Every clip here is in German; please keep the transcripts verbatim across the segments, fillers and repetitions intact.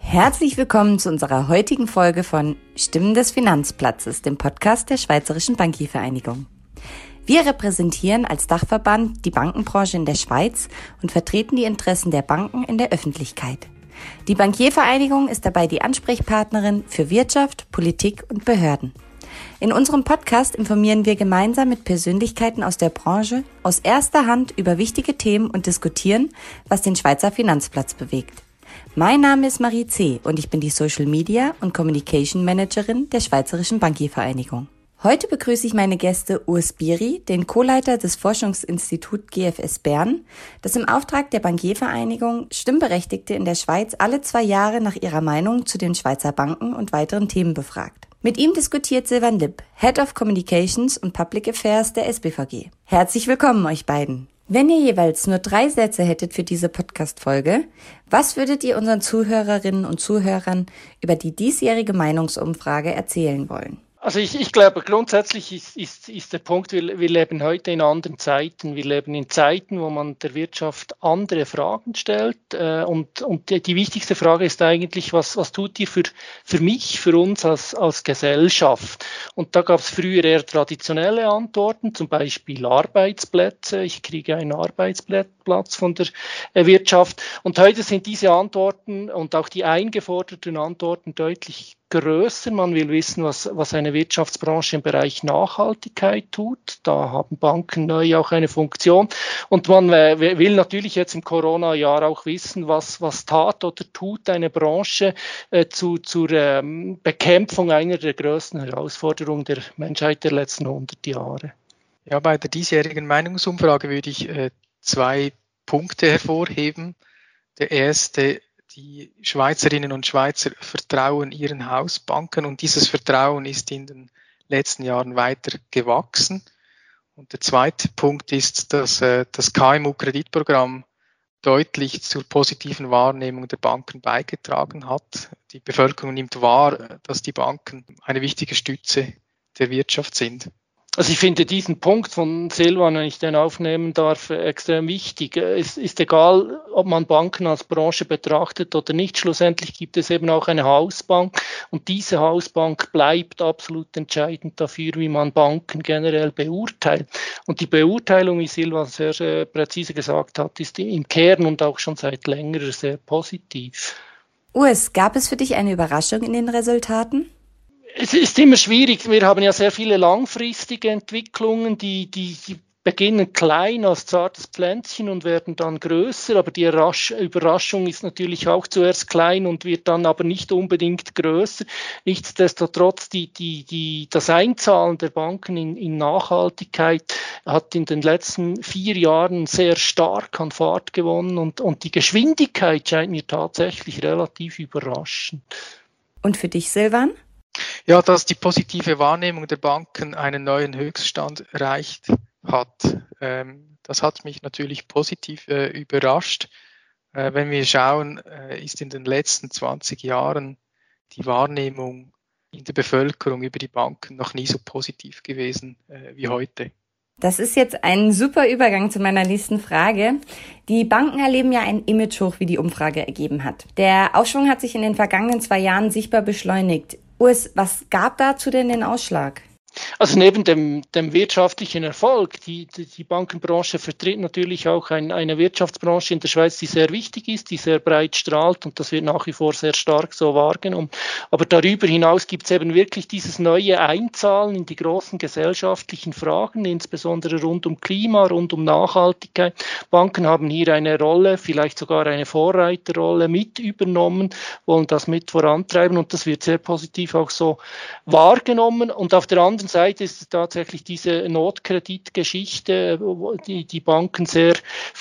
Herzlich willkommen zu unserer heutigen Folge von Stimmen des Finanzplatzes, dem Podcast der Schweizerischen Bankiervereinigung. Wir repräsentieren als Dachverband die Bankenbranche in der Schweiz und vertreten die Interessen der Banken in der Öffentlichkeit. Die Bankiervereinigung ist dabei die Ansprechpartnerin für Wirtschaft, Politik und Behörden. In unserem Podcast informieren wir gemeinsam mit Persönlichkeiten aus der Branche aus erster Hand über wichtige Themen und diskutieren, was den Schweizer Finanzplatz bewegt. Mein Name ist Marie C. und ich bin die Social Media und Communication Managerin der Schweizerischen Bankiervereinigung. Heute begrüße ich meine Gäste Urs Biri, den Co-Leiter des Forschungsinstituts G F S Bern, das im Auftrag der Bankiervereinigung Stimmberechtigte in der Schweiz alle zwei Jahre nach ihrer Meinung zu den Schweizer Banken und weiteren Themen befragt. Mit ihm diskutiert Silvan Lipp, Head of Communications und Public Affairs der S B V G. Herzlich willkommen euch beiden. Wenn ihr jeweils nur drei Sätze hättet für diese Podcast-Folge, was würdet ihr unseren Zuhörerinnen und Zuhörern über die diesjährige Meinungsumfrage erzählen wollen? Also ich, ich glaube, grundsätzlich ist, ist, ist der Punkt, wir, wir leben heute in anderen Zeiten. Wir leben in Zeiten, wo man der Wirtschaft andere Fragen stellt. Äh, und und die, die wichtigste Frage ist eigentlich, was, was tut ihr für, für mich, für uns als, als Gesellschaft? Und da gab es früher eher traditionelle Antworten, zum Beispiel Arbeitsplätze. Ich kriege einen Arbeitsplatz von der äh, Wirtschaft. Und heute sind diese Antworten und auch die eingeforderten Antworten deutlich größer. Man will wissen, was, was eine Wirtschaftsbranche im Bereich Nachhaltigkeit tut. Da haben Banken neu auch eine Funktion. Und man äh, will natürlich jetzt im Corona-Jahr auch wissen, was, was tat oder tut eine Branche äh, zu, zur ähm, Bekämpfung einer der größten Herausforderungen der Menschheit der letzten hundert Jahre. Ja, bei der diesjährigen Meinungsumfrage würde ich äh, zwei Punkte hervorheben. Der erste: Die Schweizerinnen und Schweizer vertrauen ihren Hausbanken und dieses Vertrauen ist in den letzten Jahren weiter gewachsen. Und der zweite Punkt ist, dass äh, das K M U-Kreditprogramm deutlich zur positiven Wahrnehmung der Banken beigetragen hat. Die Bevölkerung nimmt wahr, dass die Banken eine wichtige Stütze der Wirtschaft sind. Also ich finde diesen Punkt von Silvan, wenn ich den aufnehmen darf, extrem wichtig. Es ist egal, ob man Banken als Branche betrachtet oder nicht. Schlussendlich gibt es eben auch eine Hausbank und diese Hausbank bleibt absolut entscheidend dafür, wie man Banken generell beurteilt. Und die Beurteilung, wie Silvan sehr äh, präzise gesagt hat, ist im Kern und auch schon seit längerer sehr positiv. Urs, gab es für dich eine Überraschung in den Resultaten? Es ist immer schwierig. Wir haben ja sehr viele langfristige Entwicklungen, die, die, die beginnen klein als zartes Pflänzchen und werden dann größer. Aber die Überraschung ist natürlich auch zuerst klein und wird dann aber nicht unbedingt größer. Nichtsdestotrotz, die, die, die, das Einzahlen der Banken in, in Nachhaltigkeit hat in den letzten vier Jahren sehr stark an Fahrt gewonnen und, und die Geschwindigkeit scheint mir tatsächlich relativ überraschend. Und für dich, Silvan? Ja, dass die positive Wahrnehmung der Banken einen neuen Höchststand erreicht hat, ähm, das hat mich natürlich positiv äh, überrascht. Äh, wenn wir schauen, äh, ist in den letzten zwanzig Jahren die Wahrnehmung in der Bevölkerung über die Banken noch nie so positiv gewesen äh, wie heute. Das ist jetzt ein super Übergang zu meiner nächsten Frage. Die Banken erleben ja einen Imagehoch, wie die Umfrage ergeben hat. Der Aufschwung hat sich in den vergangenen zwei Jahren sichtbar beschleunigt. Urs, was gab dazu denn den Ausschlag? Also neben dem, dem wirtschaftlichen Erfolg, die, die, die Bankenbranche vertritt natürlich auch ein, eine Wirtschaftsbranche in der Schweiz, die sehr wichtig ist, die sehr breit strahlt und das wird nach wie vor sehr stark so wahrgenommen. Aber darüber hinaus gibt es eben wirklich dieses neue Einzahlen in die großen gesellschaftlichen Fragen, insbesondere rund um Klima, rund um Nachhaltigkeit. Banken haben hier eine Rolle, vielleicht sogar eine Vorreiterrolle mit übernommen, wollen das mit vorantreiben und das wird sehr positiv auch so wahrgenommen. Und auf der anderen Seite ist es tatsächlich diese Notkreditgeschichte, wo die, die Banken sehr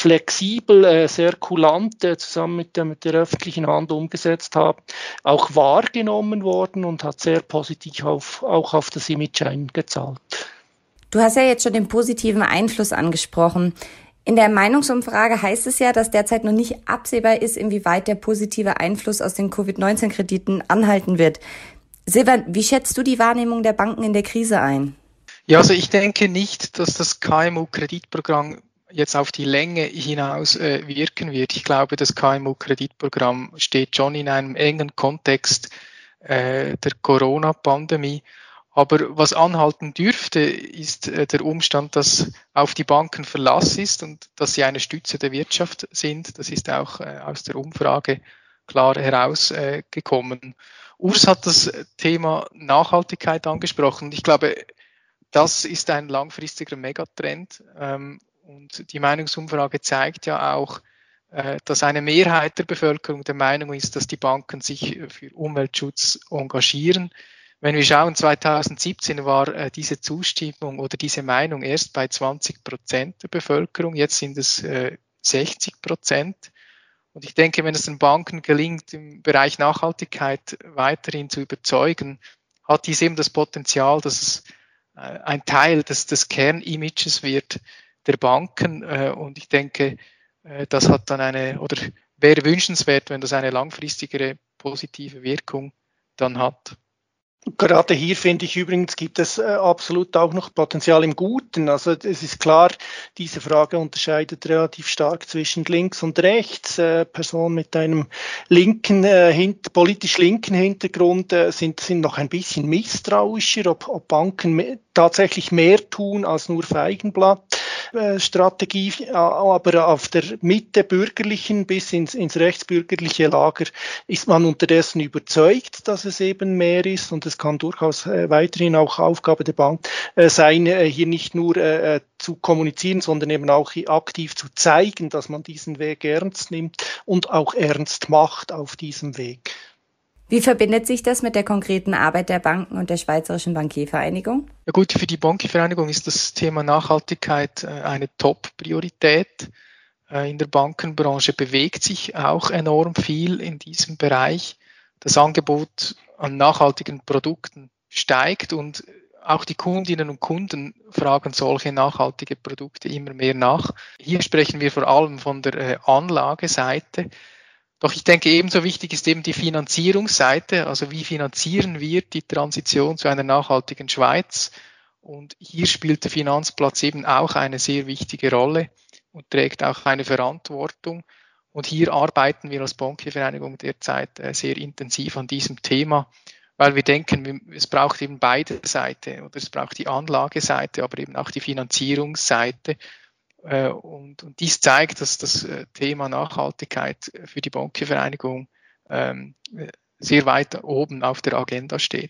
flexibel, sehr kulant zusammen mit der, mit der öffentlichen Hand umgesetzt haben, auch wahrgenommen worden und hat sehr positiv auf, auch auf das Image eingezahlt. Du hast ja jetzt schon den positiven Einfluss angesprochen. In der Meinungsumfrage heißt es ja, dass derzeit noch nicht absehbar ist, inwieweit der positive Einfluss aus den Covid neunzehn Krediten anhalten wird. Silvan, wie schätzt du die Wahrnehmung der Banken in der Krise ein? Ja, also ich denke nicht, dass das K M U-Kreditprogramm jetzt auf die Länge hinaus äh, wirken wird. Ich glaube, das K M U-Kreditprogramm steht schon in einem engen Kontext äh, der Corona-Pandemie. Aber was anhalten dürfte, ist äh, der Umstand, dass auf die Banken Verlass ist und dass sie eine Stütze der Wirtschaft sind. Das ist auch äh, aus der Umfrage klar herausgekommen. Äh, Urs hat das Thema Nachhaltigkeit angesprochen. Ich glaube, das ist ein langfristiger Megatrend. Ähm, und die Meinungsumfrage zeigt ja auch, äh, dass eine Mehrheit der Bevölkerung der Meinung ist, dass die Banken sich für Umweltschutz engagieren. Wenn wir schauen, zweitausendsiebzehn war äh, diese Zustimmung oder diese Meinung erst bei zwanzig Prozent der Bevölkerung. Jetzt sind es äh, sechzig Prozent. Und ich denke, wenn es den Banken gelingt, im Bereich Nachhaltigkeit weiterhin zu überzeugen, hat dies eben das Potenzial, dass es äh, ein Teil des, des Kernimages wird der Banken. Äh, und ich denke, äh, das hat dann eine, oder wäre wünschenswert, wenn das eine langfristigere positive Wirkung dann hat. Gerade hier finde ich übrigens, gibt es äh, absolut auch noch Potenzial im Guten. Also es ist klar, diese Frage unterscheidet relativ stark zwischen links und rechts. Äh, Personen mit einem linken, äh, hint, politisch linken Hintergrund äh, sind, sind noch ein bisschen misstrauischer, ob, ob Banken me- tatsächlich mehr tun als nur Feigenblatt. Strategie, aber auf der Mitte bürgerlichen bis ins, ins rechtsbürgerliche Lager ist man unterdessen überzeugt, dass es eben mehr ist, und es kann durchaus äh, weiterhin auch Aufgabe der Bank äh, sein, äh, hier nicht nur äh, zu kommunizieren, sondern eben auch aktiv zu zeigen, dass man diesen Weg ernst nimmt und auch ernst macht auf diesem Weg. Wie verbindet sich das mit der konkreten Arbeit der Banken und der Schweizerischen Bankiervereinigung? Ja gut, für die Bankiervereinigung ist das Thema Nachhaltigkeit eine Top-Priorität. In der Bankenbranche bewegt sich auch enorm viel in diesem Bereich. Das Angebot an nachhaltigen Produkten steigt und auch die Kundinnen und Kunden fragen solche nachhaltige Produkte immer mehr nach. Hier sprechen wir vor allem von der Anlageseite. Doch ich denke, ebenso wichtig ist eben die Finanzierungsseite. Also wie finanzieren wir die Transition zu einer nachhaltigen Schweiz? Und hier spielt der Finanzplatz eben auch eine sehr wichtige Rolle und trägt auch eine Verantwortung. Und hier arbeiten wir als Bankiervereinigung derzeit sehr intensiv an diesem Thema, weil wir denken, es braucht eben beide Seiten, oder es braucht die Anlageseite, aber eben auch die Finanzierungsseite. Und, und dies zeigt, dass das Thema Nachhaltigkeit für die Bankiervereinigung ähm, sehr weit oben auf der Agenda steht.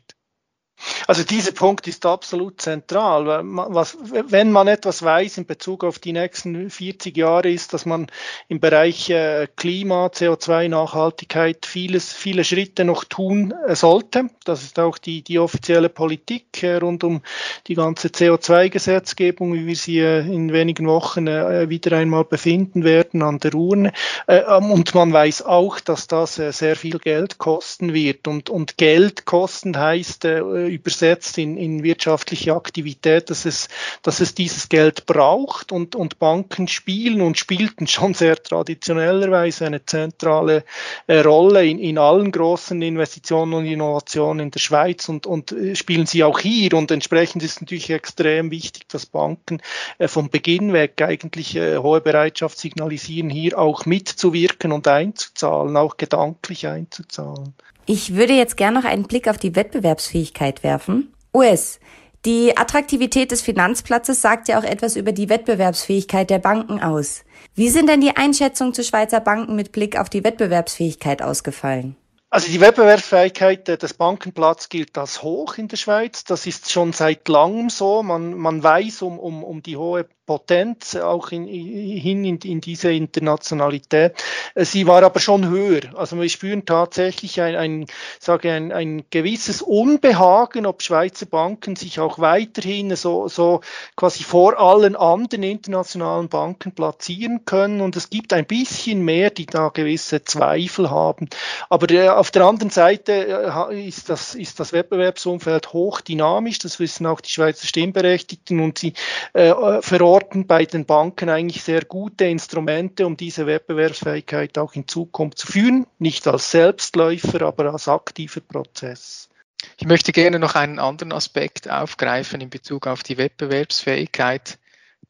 Also dieser Punkt ist absolut zentral. Was, wenn man etwas weiß in Bezug auf die nächsten vierzig Jahre, ist, dass man im Bereich äh, Klima, C O zwei Nachhaltigkeit vieles, viele Schritte noch tun äh, sollte. Das ist auch die, die offizielle Politik äh, rund um die ganze C O zwei Gesetzgebung, wie wir sie äh, in wenigen Wochen äh, wieder einmal befinden werden an der Urne. Äh, und man weiß auch, dass das äh, sehr viel Geld kosten wird. Und, und Geld kosten heißt äh, übersetzt in, in wirtschaftliche Aktivität, dass es, dass es dieses Geld braucht, und, und Banken spielen und spielten schon sehr traditionellerweise eine zentrale äh, Rolle in, in allen großen Investitionen und Innovationen in der Schweiz, und, und äh, spielen sie auch hier, und entsprechend ist natürlich extrem wichtig, dass Banken äh, vom Beginn weg eigentlich äh, hohe Bereitschaft signalisieren, hier auch mitzuwirken und einzuzahlen, auch gedanklich einzuzahlen. Ich würde jetzt gerne noch einen Blick auf die Wettbewerbsfähigkeit werfen. Urs, die Attraktivität des Finanzplatzes sagt ja auch etwas über die Wettbewerbsfähigkeit der Banken aus. Wie sind denn die Einschätzungen zu Schweizer Banken mit Blick auf die Wettbewerbsfähigkeit ausgefallen? Also die Wettbewerbsfähigkeit des Bankenplatzes gilt als hoch in der Schweiz. Das ist schon seit langem so. Man, man weiß um, um, um die hohe Potenz auch in, hin in, in diese Internationalität. Sie war aber schon höher. Also wir spüren tatsächlich ein, ein, sage ein, ein gewisses Unbehagen, ob Schweizer Banken sich auch weiterhin so, so quasi vor allen anderen internationalen Banken platzieren können. Und es gibt ein bisschen mehr, die da gewisse Zweifel haben. Aber der, auf der anderen Seite ist das, ist das Wettbewerbsumfeld hochdynamisch. Das wissen auch die Schweizer Stimmberechtigten, und sie äh, verordnen bei den Banken eigentlich sehr gute Instrumente, um diese Wettbewerbsfähigkeit auch in Zukunft zu führen. Nicht als Selbstläufer, aber als aktiver Prozess. Ich möchte gerne noch einen anderen Aspekt aufgreifen in Bezug auf die Wettbewerbsfähigkeit.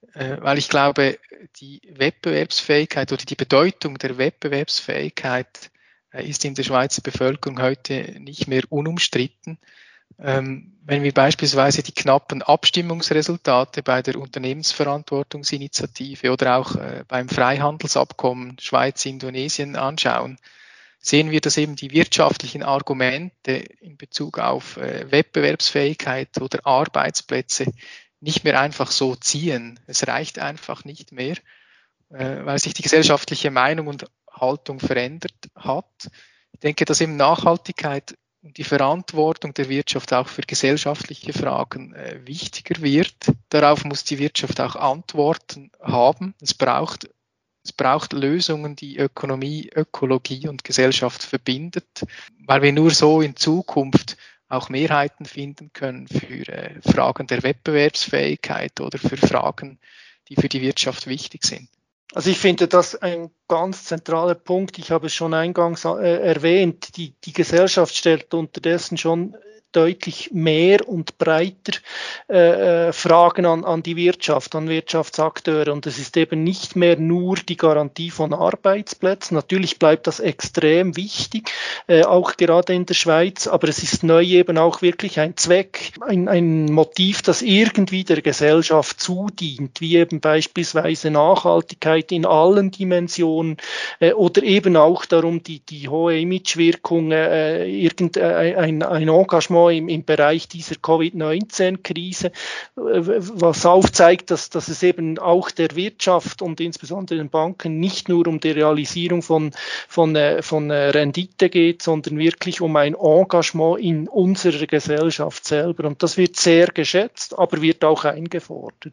äh, weil ich glaube, die Wettbewerbsfähigkeit oder die Bedeutung der Wettbewerbsfähigkeit äh, ist in der Schweizer Bevölkerung heute nicht mehr unumstritten. Ähm, wenn wir beispielsweise die knappen Abstimmungsresultate bei der Unternehmensverantwortungsinitiative oder auch äh, beim Freihandelsabkommen Schweiz-Indonesien anschauen, sehen wir, dass eben die wirtschaftlichen Argumente in Bezug auf äh, Wettbewerbsfähigkeit oder Arbeitsplätze nicht mehr einfach so ziehen. Es reicht einfach nicht mehr, äh, weil sich die gesellschaftliche Meinung und Haltung verändert hat. Ich denke, dass eben Nachhaltigkeit und die Verantwortung der Wirtschaft auch für gesellschaftliche Fragen äh, wichtiger wird. Darauf muss die Wirtschaft auch Antworten haben. Es braucht, es braucht Lösungen, die Ökonomie, Ökologie und Gesellschaft verbindet, weil wir nur so in Zukunft auch Mehrheiten finden können für äh, Fragen der Wettbewerbsfähigkeit oder für Fragen, die für die Wirtschaft wichtig sind. Also ich finde das ein ganz zentraler Punkt. Ich habe es schon eingangs äh, erwähnt. Die, die Gesellschaft stellt unterdessen schon deutlich mehr und breiter äh, Fragen an, an die Wirtschaft, an Wirtschaftsakteure. Und es ist eben nicht mehr nur die Garantie von Arbeitsplätzen. Natürlich bleibt das extrem wichtig, äh, auch gerade in der Schweiz. Aber es ist neu eben auch wirklich ein Zweck, ein, ein Motiv, das irgendwie der Gesellschaft zudient, wie eben beispielsweise Nachhaltigkeit in allen Dimensionen äh, oder eben auch darum, die, die hohe Imagewirkung, äh, irgendein ein Engagement Im, im Bereich dieser Covid neunzehn Krise, was aufzeigt, dass, dass es eben auch der Wirtschaft und insbesondere den Banken nicht nur um die Realisierung von, von, von Rendite geht, sondern wirklich um ein Engagement in unserer Gesellschaft selber. Und das wird sehr geschätzt, aber wird auch eingefordert.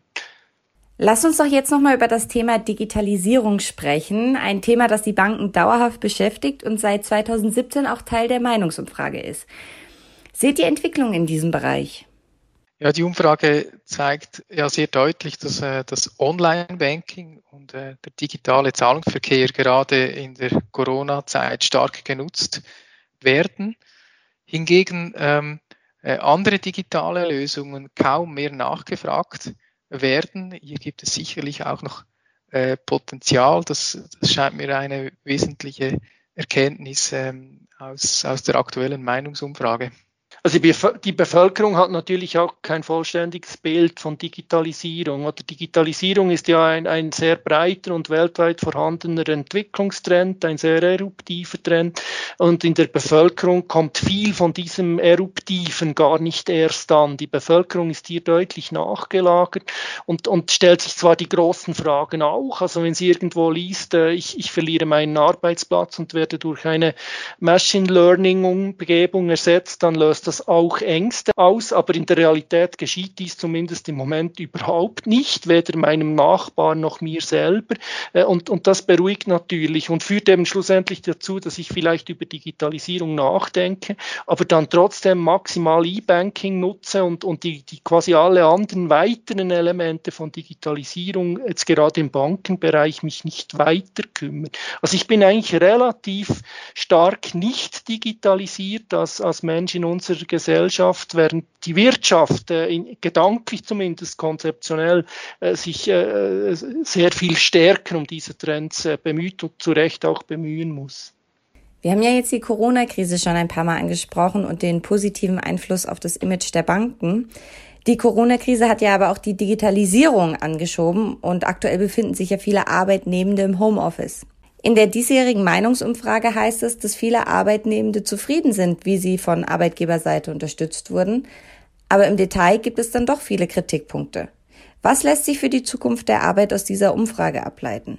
Lass uns doch jetzt nochmal über das Thema Digitalisierung sprechen. Ein Thema, das die Banken dauerhaft beschäftigt und seit zweitausendsiebzehn auch Teil der Meinungsumfrage ist. Seht ihr Entwicklung in diesem Bereich? Ja, die Umfrage zeigt ja sehr deutlich, dass äh, das Online-Banking und äh, der digitale Zahlungsverkehr gerade in der Corona-Zeit stark genutzt werden. Hingegen ähm, äh, andere digitale Lösungen kaum mehr nachgefragt werden. Hier gibt es sicherlich auch noch äh, Potenzial. Das, das scheint mir eine wesentliche Erkenntnis ähm, aus, aus der aktuellen Meinungsumfrage. Also die Bevölkerung hat natürlich auch kein vollständiges Bild von Digitalisierung. Oder Digitalisierung ist ja ein, ein sehr breiter und weltweit vorhandener Entwicklungstrend, ein sehr eruptiver Trend. Und in der Bevölkerung kommt viel von diesem Eruptiven gar nicht erst an. Die Bevölkerung ist hier deutlich nachgelagert und, und stellt sich zwar die großen Fragen auch. Also wenn sie irgendwo liest, ich, ich verliere meinen Arbeitsplatz und werde durch eine Machine Learning Umgebung ersetzt, dann löst das auch Ängste aus, aber in der Realität geschieht dies zumindest im Moment überhaupt nicht, weder meinem Nachbarn noch mir selber. Und, und das beruhigt natürlich und führt eben schlussendlich dazu, dass ich vielleicht über Digitalisierung nachdenke, aber dann trotzdem maximal E-Banking nutze und, und die, die quasi alle anderen weiteren Elemente von Digitalisierung jetzt gerade im Bankenbereich mich nicht weiter kümmern. Also ich bin eigentlich relativ stark nicht digitalisiert als, als Mensch in unserer Gesellschaft, während die Wirtschaft äh, in, gedanklich zumindest konzeptionell äh, sich äh, sehr viel stärker um diese Trends äh, bemüht und zu Recht auch bemühen muss. Wir haben ja jetzt die Corona-Krise schon ein paar Mal angesprochen und den positiven Einfluss auf das Image der Banken. Die Corona-Krise hat ja aber auch die Digitalisierung angeschoben und aktuell befinden sich ja viele Arbeitnehmende im Homeoffice. In der diesjährigen Meinungsumfrage heißt es, dass viele Arbeitnehmende zufrieden sind, wie sie von Arbeitgeberseite unterstützt wurden. Aber im Detail gibt es dann doch viele Kritikpunkte. Was lässt sich für die Zukunft der Arbeit aus dieser Umfrage ableiten?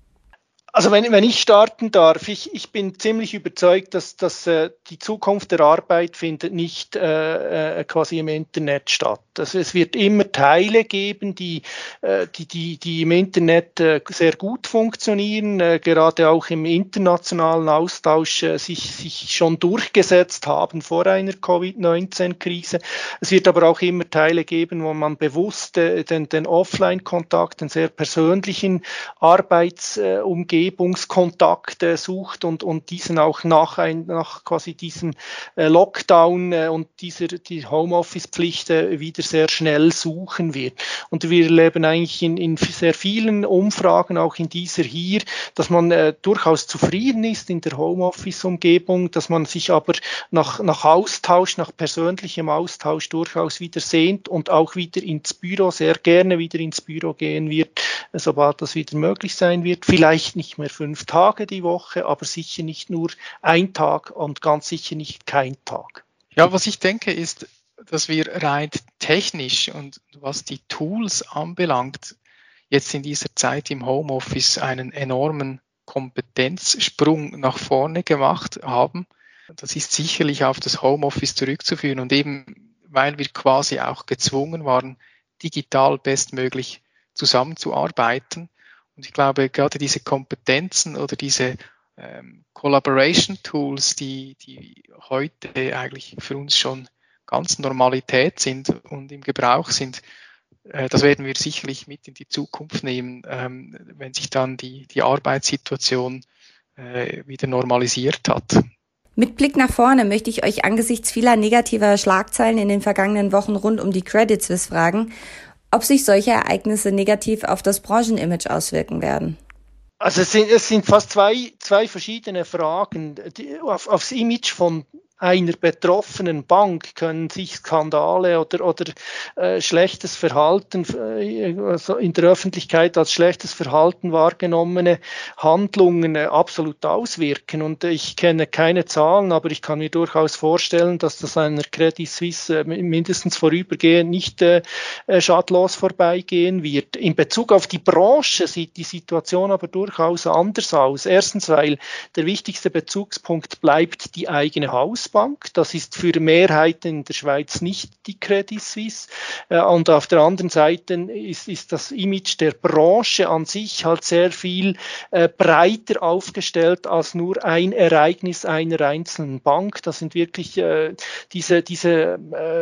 Also wenn, wenn ich starten darf, ich, ich bin ziemlich überzeugt, dass, dass äh, die Zukunft der Arbeit findet nicht äh, äh, quasi im Internet statt. Also es wird immer Teile geben, die, äh, die, die, die im Internet äh, sehr gut funktionieren, äh, gerade auch im internationalen Austausch äh, sich, sich schon durchgesetzt haben vor einer Covid neunzehn Krise. Es wird aber auch immer Teile geben, wo man bewusst äh, den, den Offline-Kontakt, den sehr persönlichen Arbeitsumgebungen Umgebungskontakte sucht und, und diesen auch nach, ein, nach quasi diesem äh, Lockdown äh, und dieser die Homeoffice-Pflicht äh, wieder sehr schnell suchen wird. Und wir erleben eigentlich in, in sehr vielen Umfragen, auch in dieser hier, dass man äh, durchaus zufrieden ist in der Homeoffice-Umgebung, dass man sich aber nach, nach Austausch, nach persönlichem Austausch durchaus wieder sehnt und auch wieder ins Büro, sehr gerne wieder ins Büro gehen wird, sobald das wieder möglich sein wird. Vielleicht nicht mehr fünf Tage die Woche, aber sicher nicht nur ein Tag und ganz sicher nicht kein Tag. Ja, was ich denke ist, dass wir rein technisch und was die Tools anbelangt, jetzt in dieser Zeit im Homeoffice einen enormen Kompetenzsprung nach vorne gemacht haben. Das ist sicherlich auf das Homeoffice zurückzuführen und eben, weil wir quasi auch gezwungen waren, digital bestmöglich zusammenzuarbeiten. Und ich glaube, gerade diese Kompetenzen oder diese ähm, Collaboration Tools, die, die heute eigentlich für uns schon ganz Normalität sind und im Gebrauch sind, äh, das werden wir sicherlich mit in die Zukunft nehmen, ähm, wenn sich dann die, die Arbeitssituation äh, wieder normalisiert hat. Mit Blick nach vorne möchte ich euch angesichts vieler negativer Schlagzeilen in den vergangenen Wochen rund um die Credit Suisse fragen, ob sich solche Ereignisse negativ auf das Branchenimage auswirken werden. Also es sind, es sind fast zwei, zwei verschiedene Fragen. Die, auf, aufs Image von einer betroffenen Bank können sich Skandale oder, oder äh, schlechtes Verhalten, äh, also in der Öffentlichkeit als schlechtes Verhalten wahrgenommene Handlungen äh, absolut auswirken. Und äh, ich kenne keine Zahlen, aber ich kann mir durchaus vorstellen, dass das einer Credit Suisse äh, mindestens vorübergehend nicht äh, schadlos vorbeigehen wird. In Bezug auf die Branche sieht die Situation aber durchaus anders aus. Erstens, weil der wichtigste Bezugspunkt bleibt die eigene Haus. Bank. Das ist für Mehrheiten in der Schweiz nicht die Credit Suisse. Und auf der anderen Seite ist, ist das Image der Branche an sich halt sehr viel äh, breiter aufgestellt als nur ein Ereignis einer einzelnen Bank. Das sind wirklich äh, diese, diese,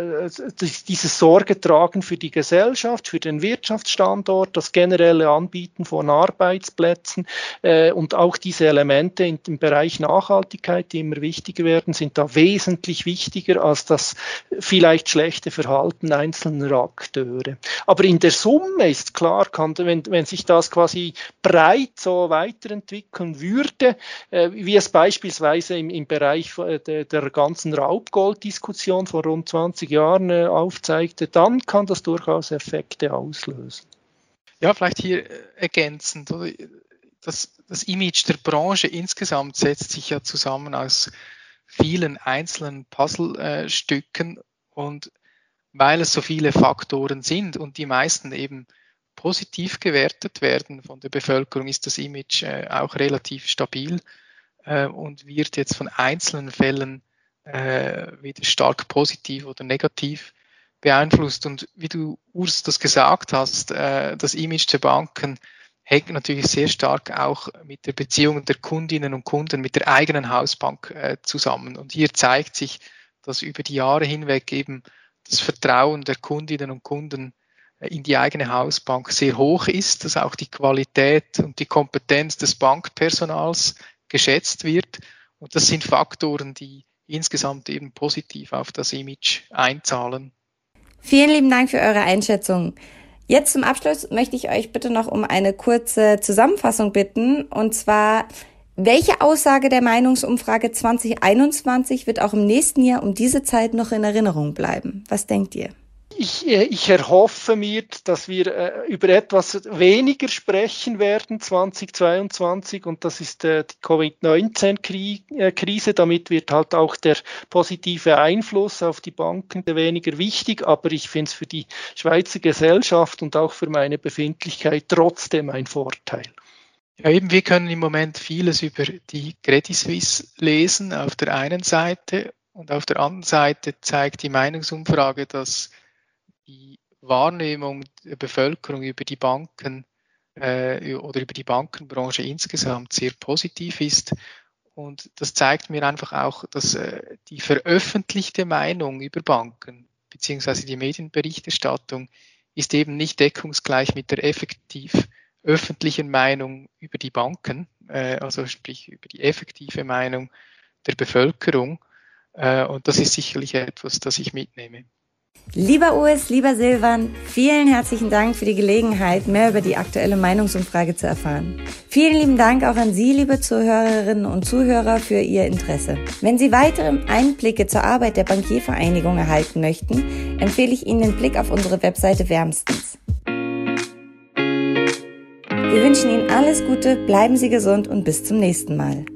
äh, dieses Sorgetragen für die Gesellschaft, für den Wirtschaftsstandort, das generelle Anbieten von Arbeitsplätzen äh, und auch diese Elemente in, im Bereich Nachhaltigkeit, die immer wichtiger werden, sind da wesentlich wichtiger als das vielleicht schlechte Verhalten einzelner Akteure. Aber in der Summe ist klar, kann, wenn, wenn sich das quasi breit so weiterentwickeln würde, äh, wie es beispielsweise im, im Bereich der, der ganzen Raubgolddiskussion vor rund zwanzig Jahren äh, aufzeigte, dann kann das durchaus Effekte auslösen. Ja, vielleicht hier ergänzend. Oder? Das, das Image der Branche insgesamt setzt sich ja zusammen aus vielen einzelnen Puzzlestücken und weil es so viele Faktoren sind und die meisten eben positiv gewertet werden von der Bevölkerung, ist das Image äh, auch relativ stabil äh, und wird jetzt von einzelnen Fällen äh, wieder stark positiv oder negativ beeinflusst. Und wie du, Urs, das gesagt hast, äh, das Image der Banken hängt natürlich sehr stark auch mit der Beziehung der Kundinnen und Kunden mit der eigenen Hausbank äh, zusammen. Und hier zeigt sich, dass über die Jahre hinweg eben das Vertrauen der Kundinnen und Kunden äh, in die eigene Hausbank sehr hoch ist, dass auch die Qualität und die Kompetenz des Bankpersonals geschätzt wird. Und das sind Faktoren, die insgesamt eben positiv auf das Image einzahlen. Vielen lieben Dank für eure Einschätzung. Jetzt zum Abschluss möchte ich euch bitte noch um eine kurze Zusammenfassung bitten. Und zwar, welche Aussage der Meinungsumfrage zwanzig einundzwanzig wird auch im nächsten Jahr um diese Zeit noch in Erinnerung bleiben? Was denkt ihr? Ich, ich erhoffe mir, dass wir äh, über etwas weniger sprechen werden zweitausendzweiundzwanzig und das ist äh, die Covid neunzehn Krise. Damit wird halt auch der positive Einfluss auf die Banken weniger wichtig, aber ich finde es für die Schweizer Gesellschaft und auch für meine Befindlichkeit trotzdem ein Vorteil. Ja, eben, wir können im Moment vieles über die Credit Suisse lesen auf der einen Seite und auf der anderen Seite zeigt die Meinungsumfrage, dass die Wahrnehmung der Bevölkerung über die Banken äh, oder über die Bankenbranche insgesamt sehr positiv ist. Und das zeigt mir einfach auch, dass äh, die veröffentlichte Meinung über Banken beziehungsweise die Medienberichterstattung ist eben nicht deckungsgleich mit der effektiv öffentlichen Meinung über die Banken, äh, also sprich über die effektive Meinung der Bevölkerung. Äh, und das ist sicherlich etwas, das ich mitnehme. Lieber Urs, lieber Silvan, vielen herzlichen Dank für die Gelegenheit, mehr über die aktuelle Meinungsumfrage zu erfahren. Vielen lieben Dank auch an Sie, liebe Zuhörerinnen und Zuhörer, für Ihr Interesse. Wenn Sie weitere Einblicke zur Arbeit der Bankiervereinigung erhalten möchten, empfehle ich Ihnen den Blick auf unsere Webseite wärmstens. Wir wünschen Ihnen alles Gute, bleiben Sie gesund und bis zum nächsten Mal.